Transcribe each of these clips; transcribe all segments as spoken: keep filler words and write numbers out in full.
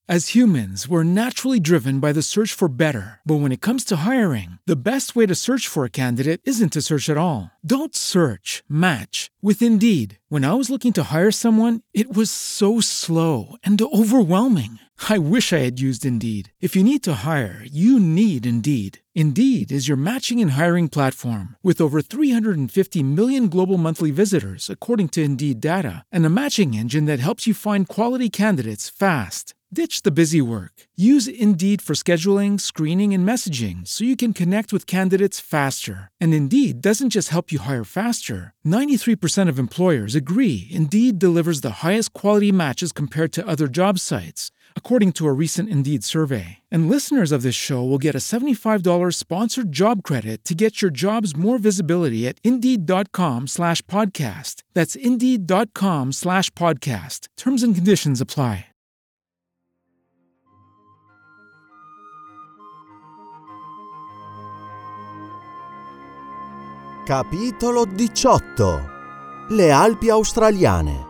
As humans, we're naturally driven by the search for better. But when it comes to hiring, the best way to search for a candidate isn't to search at all. Don't search, match with Indeed. When I was looking to hire someone, it was so slow and overwhelming. I wish I had used Indeed. If you need to hire, you need Indeed. Indeed is your matching and hiring platform with over three hundred fifty million global monthly visitors, according to Indeed data, and a matching engine that helps you find quality candidates fast. Ditch the busy work. Use Indeed for scheduling, screening, and messaging so you can connect with candidates faster. And Indeed doesn't just help you hire faster. ninety-three percent of employers agree Indeed delivers the highest quality matches compared to other job sites, according to a recent Indeed survey. And listeners of this show will get a seventy-five dollars sponsored job credit to get your jobs more visibility at Indeed.com slash podcast. That's Indeed.com slash podcast. Terms and conditions apply. Capitolo diciotto. Le Alpi australiane.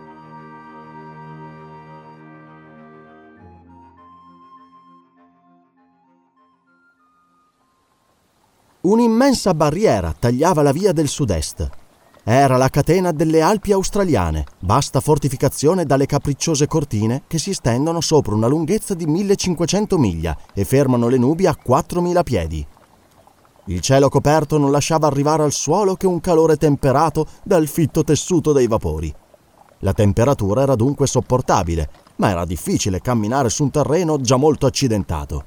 Un'immensa barriera tagliava la via del sud-est. Era la catena delle Alpi australiane, vasta fortificazione dalle capricciose cortine che si stendono sopra una lunghezza di millecinquecento miglia e fermano le nubi a quattromila piedi. Il cielo coperto non lasciava arrivare al suolo che un calore temperato dal fitto tessuto dei vapori. La temperatura era dunque sopportabile, ma era difficile camminare su un terreno già molto accidentato.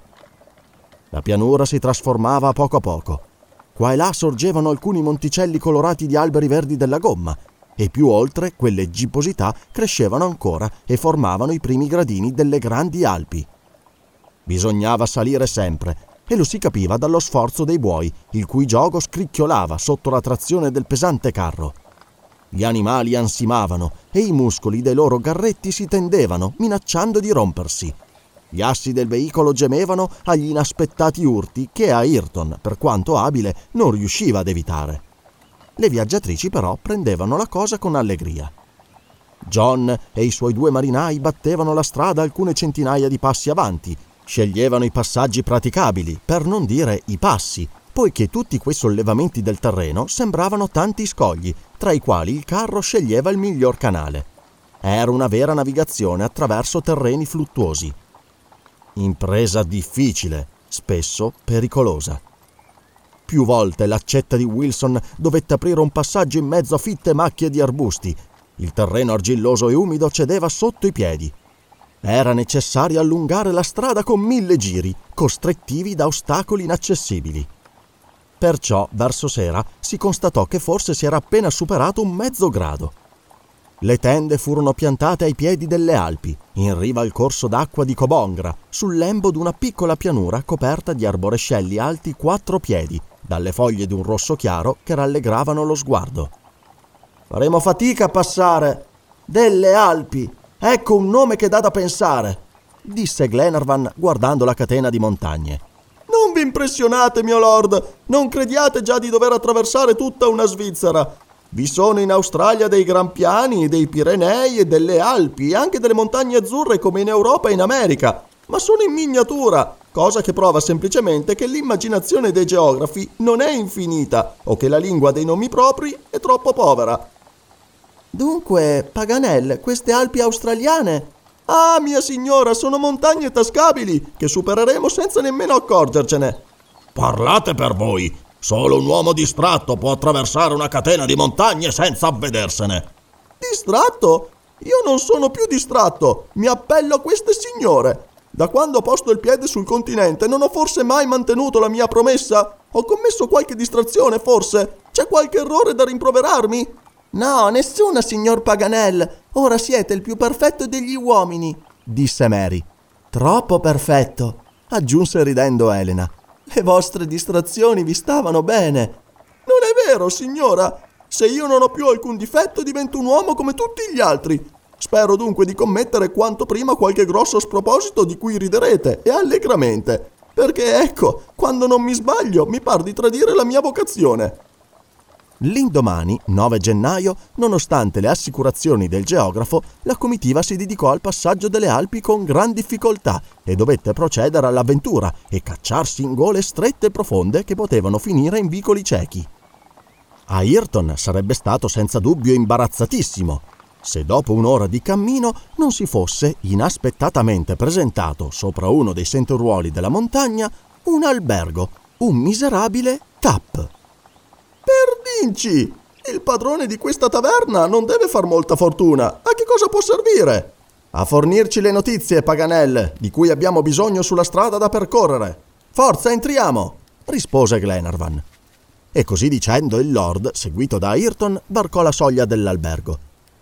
La pianura si trasformava a poco a poco. Qua e là sorgevano alcuni monticelli colorati di alberi verdi della gomma e più oltre quelle gibbosità crescevano ancora e formavano i primi gradini delle grandi Alpi. Bisognava salire sempre e lo si capiva dallo sforzo dei buoi, il cui giogo scricchiolava sotto la trazione del pesante carro. Gli animali ansimavano e i muscoli dei loro garretti si tendevano, minacciando di rompersi. Gli assi del veicolo gemevano agli inaspettati urti che Ayrton, per quanto abile, non riusciva ad evitare. Le viaggiatrici però prendevano la cosa con allegria. John e i suoi due marinai battevano la strada alcune centinaia di passi avanti, sceglievano i passaggi praticabili, per non dire i passi, poiché tutti quei sollevamenti del terreno sembravano tanti scogli, tra i quali il carro sceglieva il miglior canale. Era una vera navigazione attraverso terreni fluttuosi. Impresa difficile, spesso pericolosa. Più volte l'accetta di Wilson dovette aprire un passaggio in mezzo a fitte macchie di arbusti. Il terreno argilloso e umido cedeva sotto i piedi. Era necessario allungare la strada con mille giri, costrettivi da ostacoli inaccessibili. Perciò, verso sera, si constatò che forse si era appena superato un mezzo grado. Le tende furono piantate ai piedi delle Alpi, in riva al corso d'acqua di Cobongra, sul lembo d'una piccola pianura coperta di arborescelli alti quattro piedi, dalle foglie di un rosso chiaro che rallegravano lo sguardo. «Faremo fatica a passare. Delle Alpi! Ecco un nome che dà da pensare», disse Glenarvan guardando la catena di montagne. «Non vi impressionate, mio lord, non crediate già di dover attraversare tutta una Svizzera. Vi sono in Australia dei Gran Piani, dei Pirenei e delle Alpi, e anche delle montagne azzurre come in Europa e in America, ma sono in miniatura, cosa che prova semplicemente che l'immaginazione dei geografi non è infinita o che la lingua dei nomi propri è troppo povera». «Dunque, Paganel, queste Alpi australiane?» «Ah, mia signora, sono montagne tascabili che supereremo senza nemmeno accorgercene». «Parlate per voi! Solo un uomo distratto può attraversare una catena di montagne senza avvedersene». «Distratto? Io non sono più distratto, mi appello a queste signore. Da quando ho posto il piede sul continente non ho forse mai mantenuto la mia promessa? Ho commesso qualche distrazione, forse? C'è qualche errore da rimproverarmi?» «No, nessuna, signor Paganel. Ora siete il più perfetto degli uomini», disse Mary. «Troppo perfetto», aggiunse ridendo Elena. «Le vostre distrazioni vi stavano bene». «Non è vero, signora. Se io non ho più alcun difetto, divento un uomo come tutti gli altri. Spero dunque di commettere quanto prima qualche grosso sproposito di cui riderete, e allegramente. Perché ecco, quando non mi sbaglio, mi par di tradire la mia vocazione». L'indomani, nove gennaio, nonostante le assicurazioni del geografo, la comitiva si dedicò al passaggio delle Alpi con gran difficoltà e dovette procedere all'avventura e cacciarsi in gole strette e profonde che potevano finire in vicoli ciechi. Ayrton sarebbe stato senza dubbio imbarazzatissimo se dopo un'ora di cammino non si fosse inaspettatamente presentato sopra uno dei senteruoli della montagna un albergo, un miserabile tap. Perdinci! Il padrone di questa taverna non deve far molta fortuna. A che cosa può servire? A fornirci le notizie, Paganel, di cui abbiamo bisogno sulla strada da percorrere. Forza, entriamo! Rispose Glenarvan. E così dicendo il lord, seguito da Ayrton, varcò la soglia dell'albergo.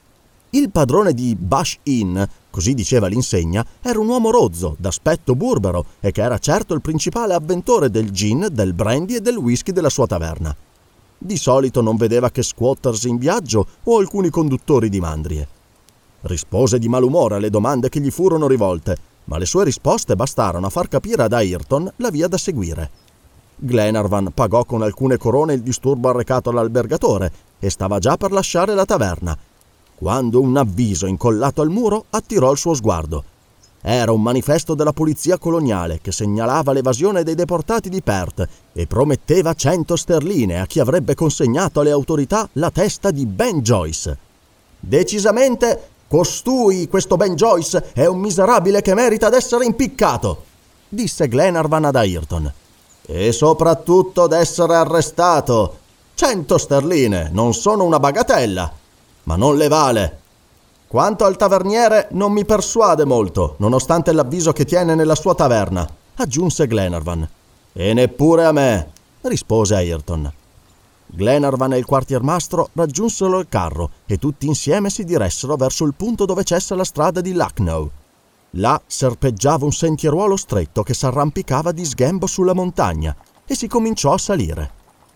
Il padrone di Bush Inn, così diceva l'insegna, era un uomo rozzo, d'aspetto burbero e che era certo il principale avventore del gin, del brandy e del whisky della sua taverna. Di solito non vedeva che squatters in viaggio o alcuni conduttori di mandrie. Rispose di malumore alle domande che gli furono rivolte, ma le sue risposte bastarono a far capire ad Ayrton la via da seguire. Glenarvan pagò con alcune corone il disturbo arrecato all'albergatore e stava già per lasciare la taverna, quando un avviso incollato al muro attirò il suo sguardo. Era un manifesto della polizia coloniale che segnalava l'evasione dei deportati di Perth e prometteva cento sterline a chi avrebbe consegnato alle autorità la testa di Ben Joyce. Decisamente, costui, questo Ben Joyce, è un miserabile che merita d'essere impiccato, disse Glenarvan ad Ayrton. E soprattutto d'essere arrestato. Cento sterline non sono una bagatella, ma non le vale. Quanto al taverniere non mi persuade molto, nonostante l'avviso che tiene nella sua taverna, aggiunse Glenarvan. E neppure a me, rispose Ayrton. Glenarvan e il quartiermastro raggiunsero il carro e tutti insieme si diressero verso il punto dove cessa la strada di Lucknow. Là serpeggiava un sentieruolo stretto che s'arrampicava di sghembo sulla montagna e si cominciò a salire.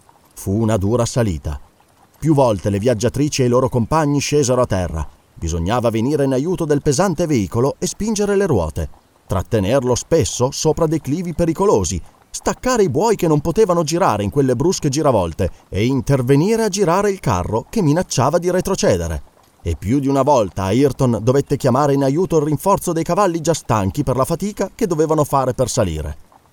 Fu una dura salita. Più volte le viaggiatrici e i loro compagni scesero a terra. Bisognava venire in aiuto del pesante veicolo e spingere le ruote, trattenerlo spesso sopra declivi pericolosi, staccare i buoi che non potevano girare in quelle brusche giravolte e intervenire a girare il carro che minacciava di retrocedere. E più di una volta Ayrton dovette chiamare in aiuto il rinforzo dei cavalli già stanchi per la fatica che dovevano fare per salire.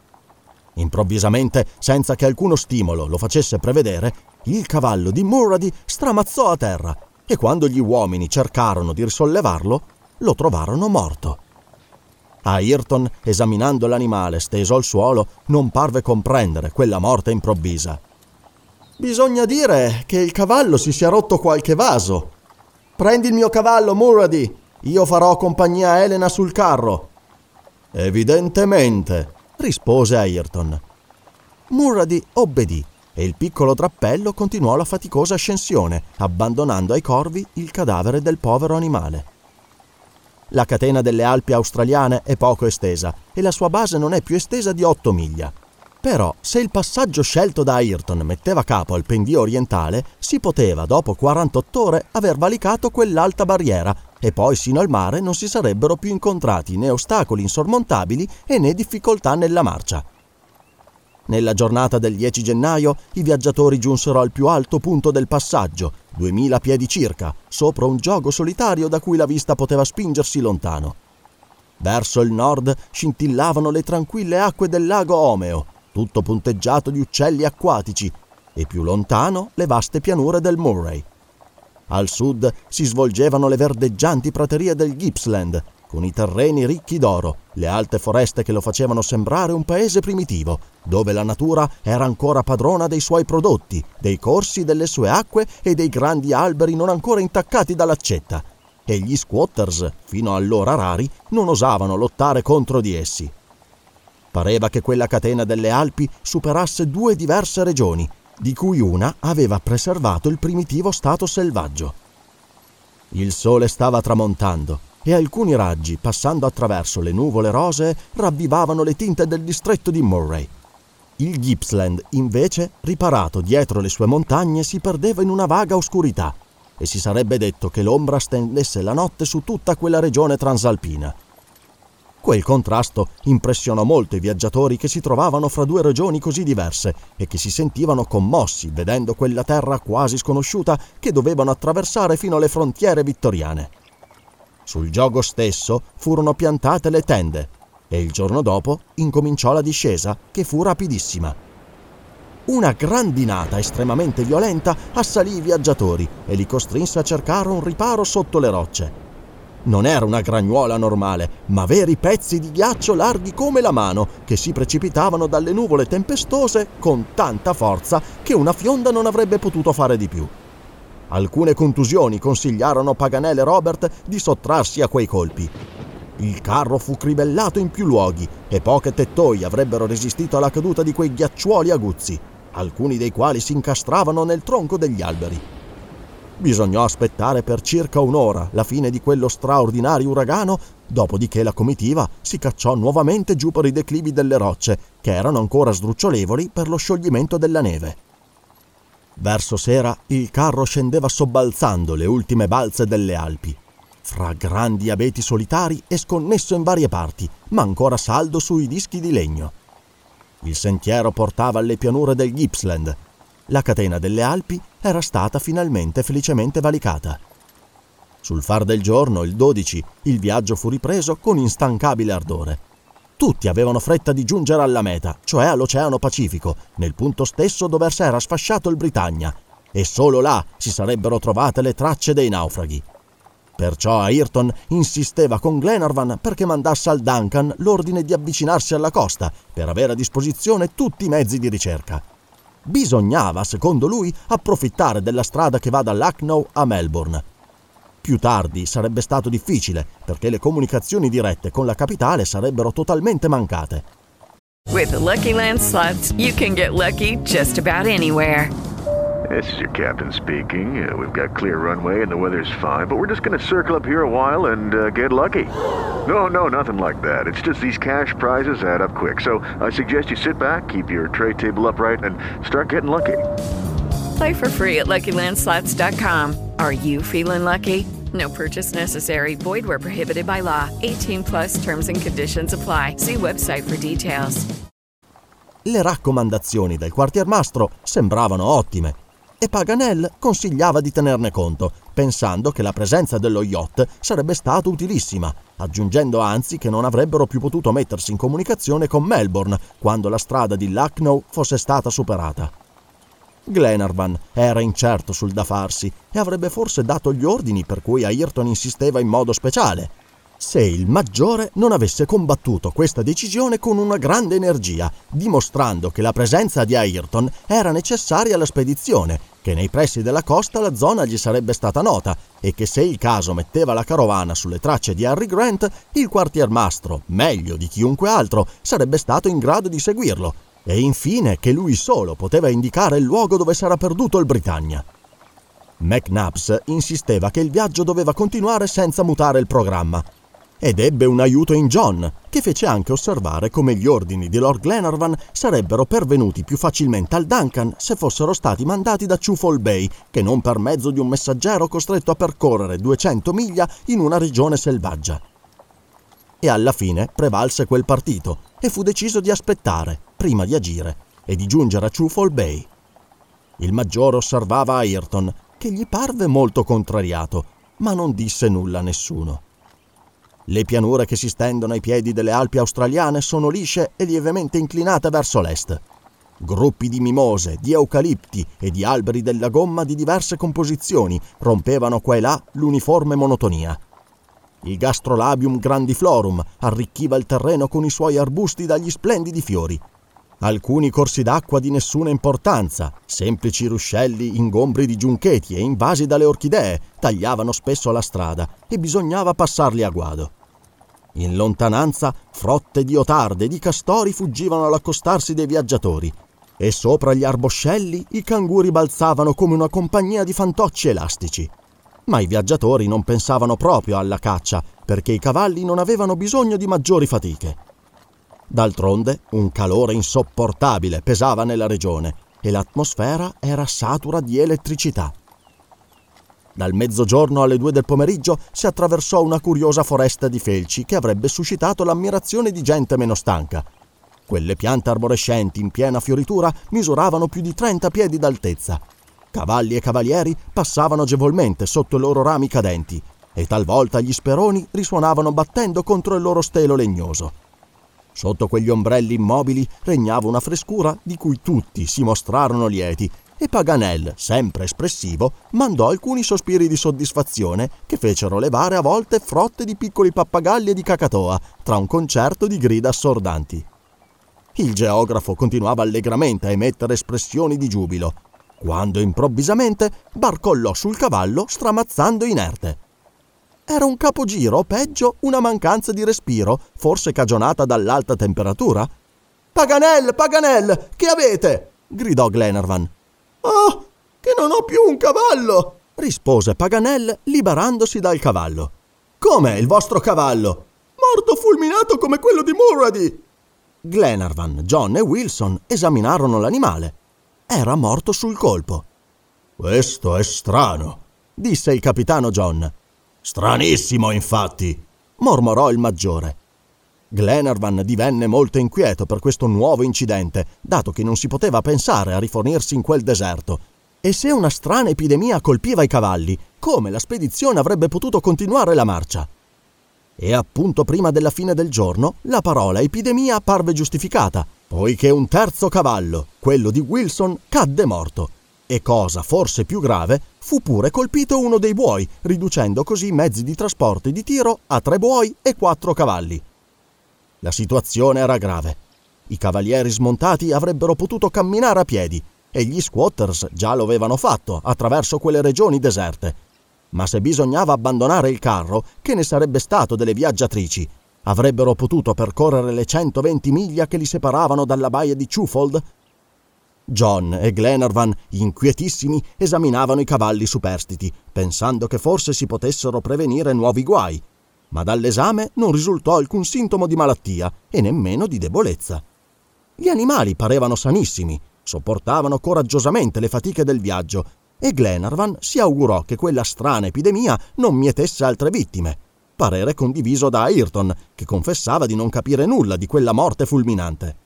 Improvvisamente, senza che alcuno stimolo lo facesse prevedere, il cavallo di Mulrady stramazzò a terra e quando gli uomini cercarono di risollevarlo, lo trovarono morto. Ayrton, esaminando l'animale steso al suolo, non parve comprendere quella morte improvvisa. Bisogna dire che il cavallo si sia rotto qualche vaso. Prendi il mio cavallo, Mulrady. Io farò compagnia a Elena sul carro. Evidentemente, rispose Ayrton. Mulrady obbedì e il piccolo drappello continuò la faticosa ascensione, abbandonando ai corvi il cadavere del povero animale. La catena delle Alpi australiane è poco estesa e la sua base non è più estesa di otto miglia. Però, se il passaggio scelto da Ayrton metteva capo al pendio orientale, si poteva, dopo quarantotto ore, aver valicato quell'alta barriera e poi sino al mare non si sarebbero più incontrati né ostacoli insormontabili e né difficoltà nella marcia. Nella giornata del dieci gennaio i viaggiatori giunsero al più alto punto del passaggio, duemila piedi circa, sopra un giogo solitario da cui la vista poteva spingersi lontano. Verso il nord scintillavano le tranquille acque del lago Omeo, tutto punteggiato di uccelli acquatici, e più lontano le vaste pianure del Murray. Al sud si svolgevano le verdeggianti praterie del Gippsland, con i terreni ricchi d'oro, le alte foreste che lo facevano sembrare un paese primitivo, dove la natura era ancora padrona dei suoi prodotti, dei corsi delle sue acque e dei grandi alberi non ancora intaccati dall'accetta, e gli squatters, fino allora rari, non osavano lottare contro di essi. Pareva che quella catena delle Alpi superasse due diverse regioni, di cui una aveva preservato il primitivo stato selvaggio. Il sole stava tramontando e alcuni raggi, passando attraverso le nuvole rosee, ravvivavano le tinte del distretto di Murray. Il Gippsland, invece, riparato dietro le sue montagne, si perdeva in una vaga oscurità e si sarebbe detto che l'ombra stendesse la notte su tutta quella regione transalpina. Quel contrasto impressionò molto i viaggiatori che si trovavano fra due regioni così diverse e che si sentivano commossi vedendo quella terra quasi sconosciuta che dovevano attraversare fino alle frontiere vittoriane. Sul giogo stesso furono piantate le tende e il giorno dopo incominciò la discesa, che fu rapidissima. Una grandinata estremamente violenta assalì i viaggiatori e li costrinse a cercare un riparo sotto le rocce. Non era una gragnuola normale, ma veri pezzi di ghiaccio larghi come la mano che si precipitavano dalle nuvole tempestose con tanta forza che una fionda non avrebbe potuto fare di più. Alcune contusioni consigliarono Paganel e Robert di sottrarsi a quei colpi. Il carro fu crivellato in più luoghi e poche tettoie avrebbero resistito alla caduta di quei ghiacciuoli aguzzi, alcuni dei quali si incastravano nel tronco degli alberi. Bisognò aspettare per circa un'ora la fine di quello straordinario uragano, dopodiché la comitiva si cacciò nuovamente giù per i declivi delle rocce, che erano ancora sdrucciolevoli per lo scioglimento della neve. Verso sera il carro scendeva sobbalzando le ultime balze delle Alpi, fra grandi abeti solitari e sconnesso in varie parti, ma ancora saldo sui dischi di legno. Il sentiero portava alle pianure del Gippsland. La catena delle Alpi era stata finalmente felicemente valicata. Sul far del giorno, il dodici, il viaggio fu ripreso con instancabile ardore. Tutti avevano fretta di giungere alla meta, cioè all'Oceano Pacifico, nel punto stesso dove s'era sfasciato il Britannia, e solo là si sarebbero trovate le tracce dei naufraghi. Perciò Ayrton insisteva con Glenarvan perché mandasse al Duncan l'ordine di avvicinarsi alla costa per avere a disposizione tutti i mezzi di ricerca. Bisognava, secondo lui, approfittare della strada che va da Lucknow a Melbourne. Più tardi sarebbe stato difficile, perché le comunicazioni dirette con la capitale sarebbero totalmente mancate. With the Lucky Land Slots, you can get lucky just about anywhere. This is your captain speaking. Uh, we've got clear runway and the weather's fine, but we're just going to circle up here a while and uh, get lucky. No, no, nothing like that. It's just these cash prizes add up quick. So I suggest you sit back, keep your tray table upright, and start getting lucky. Play for free at Lucky Land Slots dot com. Are you feeling lucky? No purchase necessary. Void where prohibited by law. eighteen plus terms and conditions apply. See website for details. Le raccomandazioni del quartiermastro sembravano ottime e Paganel consigliava di tenerne conto, pensando che la presenza dello yacht sarebbe stata utilissima, aggiungendo anzi che non avrebbero più potuto mettersi in comunicazione con Melbourne quando la strada di Lucknow fosse stata superata. Glenarvan era incerto sul da farsi e avrebbe forse dato gli ordini per cui Ayrton insisteva in modo speciale, se il maggiore non avesse combattuto questa decisione con una grande energia, dimostrando che la presenza di Ayrton era necessaria alla spedizione, che nei pressi della costa la zona gli sarebbe stata nota e che se il caso metteva la carovana sulle tracce di Harry Grant, il quartiermastro, meglio di chiunque altro, sarebbe stato in grado di seguirlo, e infine che lui solo poteva indicare il luogo dove s'era perduto il Britannia. McNabbs insisteva che il viaggio doveva continuare senza mutare il programma, ed ebbe un aiuto in John, che fece anche osservare come gli ordini di Lord Glenarvan sarebbero pervenuti più facilmente al Duncan se fossero stati mandati da Twofold Bay che non per mezzo di un messaggero costretto a percorrere duecento miglia in una regione selvaggia. E alla fine prevalse quel partito e fu deciso di aspettare, prima di agire, e di giungere a Twofold Bay. Il maggiore osservava Ayrton, che gli parve molto contrariato, ma non disse nulla a nessuno. Le pianure che si stendono ai piedi delle Alpi australiane sono lisce e lievemente inclinate verso l'est. Gruppi di mimose, di eucalipti e di alberi della gomma di diverse composizioni rompevano qua e là l'uniforme monotonia. Il Gastrolabium grandiflorum arricchiva il terreno con i suoi arbusti dagli splendidi fiori. Alcuni corsi d'acqua di nessuna importanza, semplici ruscelli ingombri di giuncheti e invasi dalle orchidee, tagliavano spesso la strada e bisognava passarli a guado. In lontananza, frotte di otarde e di castori fuggivano all'accostarsi dei viaggiatori, e sopra gli arboscelli i canguri balzavano come una compagnia di fantocci elastici. Ma i viaggiatori non pensavano proprio alla caccia, perché i cavalli non avevano bisogno di maggiori fatiche. D'altronde, un calore insopportabile pesava nella regione e l'atmosfera era satura di elettricità. Dal mezzogiorno alle due del pomeriggio si attraversò una curiosa foresta di felci che avrebbe suscitato l'ammirazione di gente meno stanca. Quelle piante arborescenti in piena fioritura misuravano più di trenta piedi d'altezza. Cavalli e cavalieri passavano agevolmente sotto i loro rami cadenti e talvolta gli speroni risuonavano battendo contro il loro stelo legnoso. Sotto quegli ombrelli immobili regnava una frescura di cui tutti si mostrarono lieti e Paganel, sempre espressivo, mandò alcuni sospiri di soddisfazione che fecero levare a volte frotte di piccoli pappagalli e di cacatoa tra un concerto di grida assordanti. Il geografo continuava allegramente a emettere espressioni di giubilo, quando improvvisamente barcollò sul cavallo stramazzando inerte. Era un capogiro o peggio una mancanza di respiro, forse cagionata dall'alta temperatura? «Paganel, Paganel, che avete?» gridò Glenarvan. «Oh, che non ho più un cavallo!» rispose Paganel liberandosi dal cavallo. «Come il vostro cavallo?» «Morto fulminato come quello di Mulrady!» Glenarvan, John e Wilson esaminarono l'animale. Era morto sul colpo. «Questo è strano», disse il capitano John. «Stranissimo, infatti», mormorò il maggiore. Glenarvan divenne molto inquieto per questo nuovo incidente, dato che non si poteva pensare a rifornirsi in quel deserto. E se una strana epidemia colpiva i cavalli, come la spedizione avrebbe potuto continuare la marcia? E appunto prima della fine del giorno la parola epidemia parve giustificata, poiché un terzo cavallo, quello di Wilson, cadde morto. E cosa forse più grave, fu pure colpito uno dei buoi, riducendo così i mezzi di trasporto e di tiro a tre buoi e quattro cavalli. La situazione era grave. I cavalieri smontati avrebbero potuto camminare a piedi e gli squatters già lo avevano fatto attraverso quelle regioni deserte. Ma se bisognava abbandonare il carro, che ne sarebbe stato delle viaggiatrici? Avrebbero potuto percorrere le centoventi miglia che li separavano dalla baia di Twofold? John e Glenarvan, inquietissimi, esaminavano i cavalli superstiti, pensando che forse si potessero prevenire nuovi guai. Ma dall'esame non risultò alcun sintomo di malattia e nemmeno di debolezza. Gli animali parevano sanissimi, sopportavano coraggiosamente le fatiche del viaggio e Glenarvan si augurò che quella strana epidemia non mietesse altre vittime, parere condiviso da Ayrton, che confessava di non capire nulla di quella morte fulminante.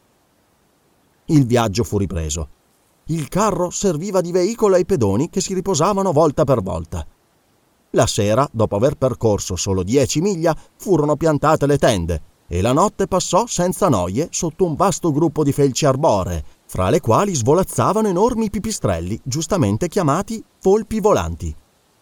Il viaggio fu ripreso. Il carro serviva di veicolo ai pedoni che si riposavano volta per volta. La sera, dopo aver percorso solo dieci miglia, furono piantate le tende e la notte passò senza noie sotto un vasto gruppo di felci arboree, fra le quali svolazzavano enormi pipistrelli, giustamente chiamati volpi volanti.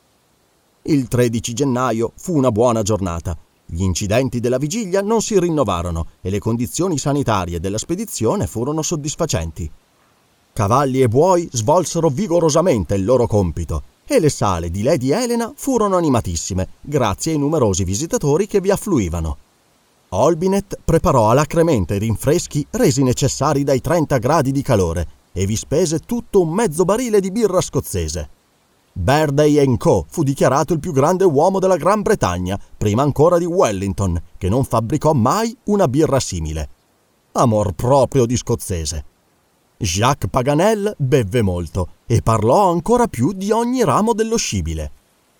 Il tredici gennaio fu una buona giornata. Gli incidenti della vigilia non si rinnovarono e le condizioni sanitarie della spedizione furono soddisfacenti. Cavalli e buoi svolsero vigorosamente il loro compito e le sale di Lady Helena furono animatissime, grazie ai numerosi visitatori che vi affluivano. Olbinett preparò alacremente i rinfreschi resi necessari dai trenta gradi di calore e vi spese tutto un mezzo barile di birra scozzese. Birdseye and Co. fu dichiarato il più grande uomo della Gran Bretagna, prima ancora di Wellington, che non fabbricò mai una birra simile. Amor proprio di scozzese. Jacques Paganel bevve molto e parlò ancora più di ogni ramo dello scibile.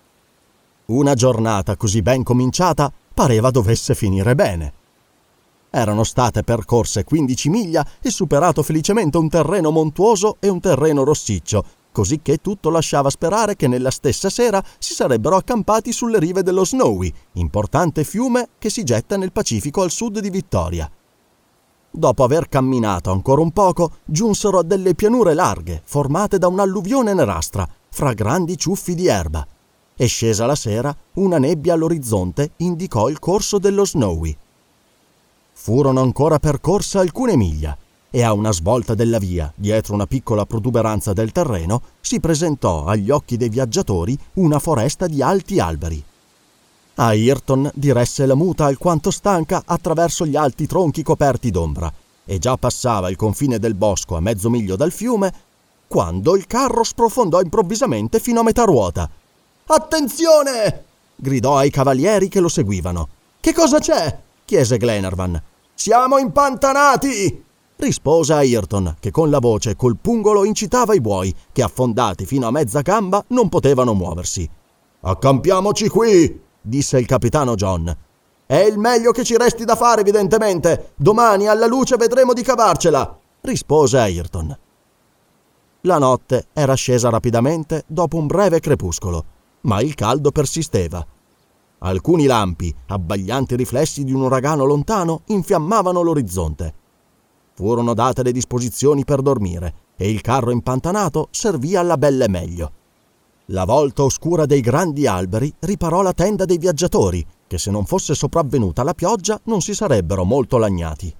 Una giornata così ben cominciata pareva dovesse finire bene. Erano state percorse quindici miglia e superato felicemente un terreno montuoso e un terreno rossiccio, così che tutto lasciava sperare che nella stessa sera si sarebbero accampati sulle rive dello Snowy, importante fiume che si getta nel Pacifico al sud di Vittoria. Dopo aver camminato ancora un poco, giunsero a delle pianure larghe, formate da un'alluvione nerastra, fra grandi ciuffi di erba. E scesa la sera, una nebbia all'orizzonte indicò il corso dello Snowy. Furono ancora percorse alcune miglia, e a una svolta della via, dietro una piccola protuberanza del terreno, si presentò agli occhi dei viaggiatori una foresta di alti alberi. Ayrton diresse la muta alquanto stanca attraverso gli alti tronchi coperti d'ombra, e già passava il confine del bosco a mezzo miglio dal fiume, quando il carro sprofondò improvvisamente fino a metà ruota. «Attenzione!» gridò ai cavalieri che lo seguivano. «Che cosa c'è?» chiese Glenarvan. «Siamo impantanati!» rispose Ayrton, che con la voce e col pungolo incitava i buoi, che affondati fino a mezza gamba non potevano muoversi. Accampiamoci qui, disse il capitano John. È il meglio che ci resti da fare, evidentemente. Domani alla luce vedremo di cavarcela, rispose Ayrton. La notte era scesa rapidamente dopo un breve crepuscolo, ma il caldo persisteva. Alcuni lampi, abbaglianti riflessi di un uragano lontano, infiammavano l'orizzonte. Furono date le disposizioni per dormire e il carro impantanato servì alla belle meglio. La volta oscura dei grandi alberi riparò la tenda dei viaggiatori, che se non fosse sopravvenuta la pioggia non si sarebbero molto lagnati.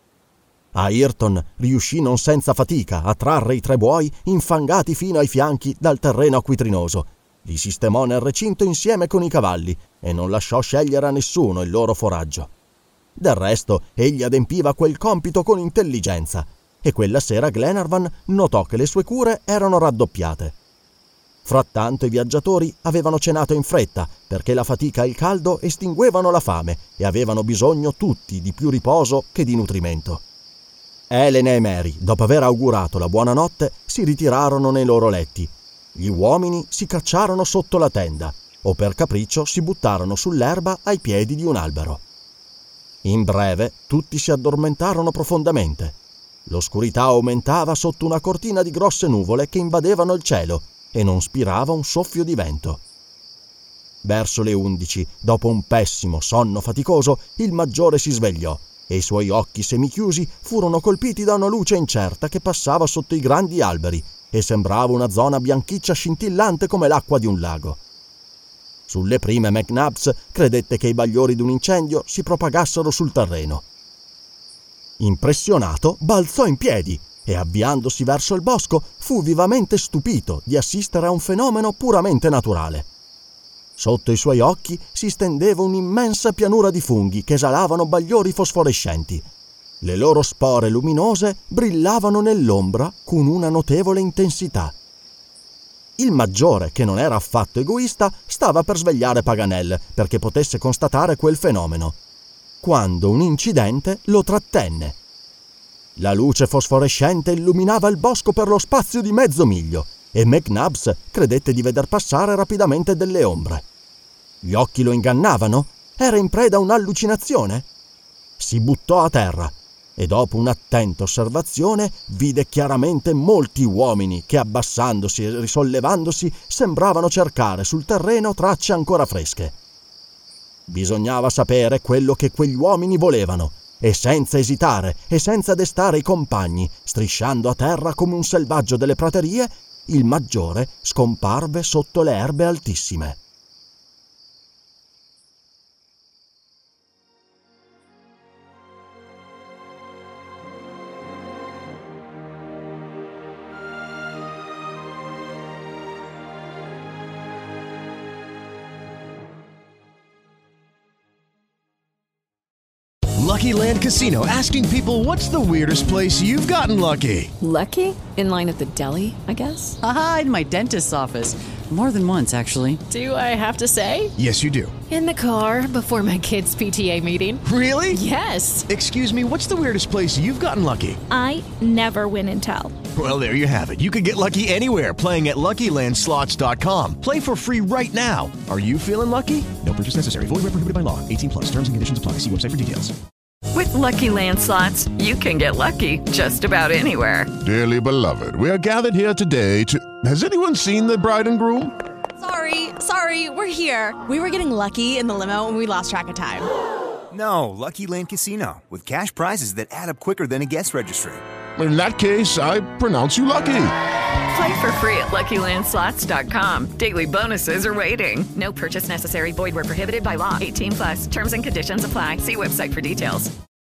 Ayrton riuscì non senza fatica a trarre i tre buoi infangati fino ai fianchi dal terreno acquitrinoso. Li sistemò nel recinto insieme con i cavalli e non lasciò scegliere a nessuno il loro foraggio. Del resto, egli adempiva quel compito con intelligenza e quella sera Glenarvan notò che le sue cure erano raddoppiate. Frattanto i viaggiatori avevano cenato in fretta perché la fatica e il caldo estinguevano la fame e avevano bisogno tutti di più riposo che di nutrimento. Elena e Mary, dopo aver augurato la buonanotte, si ritirarono nei loro letti. Gli uomini si cacciarono sotto la tenda o per capriccio si buttarono sull'erba ai piedi di un albero. In breve tutti si addormentarono profondamente. L'oscurità aumentava sotto una cortina di grosse nuvole che invadevano il cielo e non spirava un soffio di vento. Verso le undici, dopo un pessimo sonno faticoso, il maggiore si svegliò e i suoi occhi semichiusi furono colpiti da una luce incerta che passava sotto i grandi alberi e sembrava una zona bianchiccia scintillante come l'acqua di un lago. Sulle prime McNabbs credette che i bagliori di un incendio si propagassero sul terreno. Impressionato, balzò in piedi e, avviandosi verso il bosco, fu vivamente stupito di assistere a un fenomeno puramente naturale. Sotto i suoi occhi si stendeva un'immensa pianura di funghi che esalavano bagliori fosforescenti. Le loro spore luminose brillavano nell'ombra con una notevole intensità. Il maggiore, che non era affatto egoista, stava per svegliare Paganel perché potesse constatare quel fenomeno, quando un incidente lo trattenne. La luce fosforescente illuminava il bosco per lo spazio di mezzo miglio e McNabbs credette di veder passare rapidamente delle ombre. Gli occhi lo ingannavano? Era in preda a un'allucinazione? Si buttò a terra e dopo un'attenta osservazione vide chiaramente molti uomini che, abbassandosi e risollevandosi, sembravano cercare sul terreno tracce ancora fresche. Bisognava sapere quello che quegli uomini volevano e senza esitare e senza destare i compagni, strisciando a terra come un selvaggio delle praterie, il maggiore scomparve sotto le erbe altissime. Lucky Land Casino, asking people, what's the weirdest place you've gotten lucky? Lucky? In line at the deli, I guess? Aha, in my dentist's office. More than once, actually. Do I have to say? Yes, you do. In the car before my kids' P T A meeting. Really? Yes. Excuse me, what's the weirdest place you've gotten lucky? I never win and tell. Well, there you have it. You can get lucky anywhere, playing at Lucky Land Slots dot com. Play for free right now. Are you feeling lucky? No purchase necessary. Void where prohibited by law. eighteen plus. Terms and conditions apply. See website for details. With Lucky Land Slots, you can get lucky just about anywhere. Dearly beloved, we are gathered here today to... Has anyone seen the bride and groom? Sorry, sorry, we're here. We were getting lucky in the limo and we lost track of time. No, Lucky Land Casino, with cash prizes that add up quicker than a guest registry. In that case, I pronounce you lucky. Play for free at Lucky Land Slots dot com. Daily bonuses are waiting. No purchase necessary. Void where prohibited by law. eighteen plus. Terms and conditions apply. See website for details.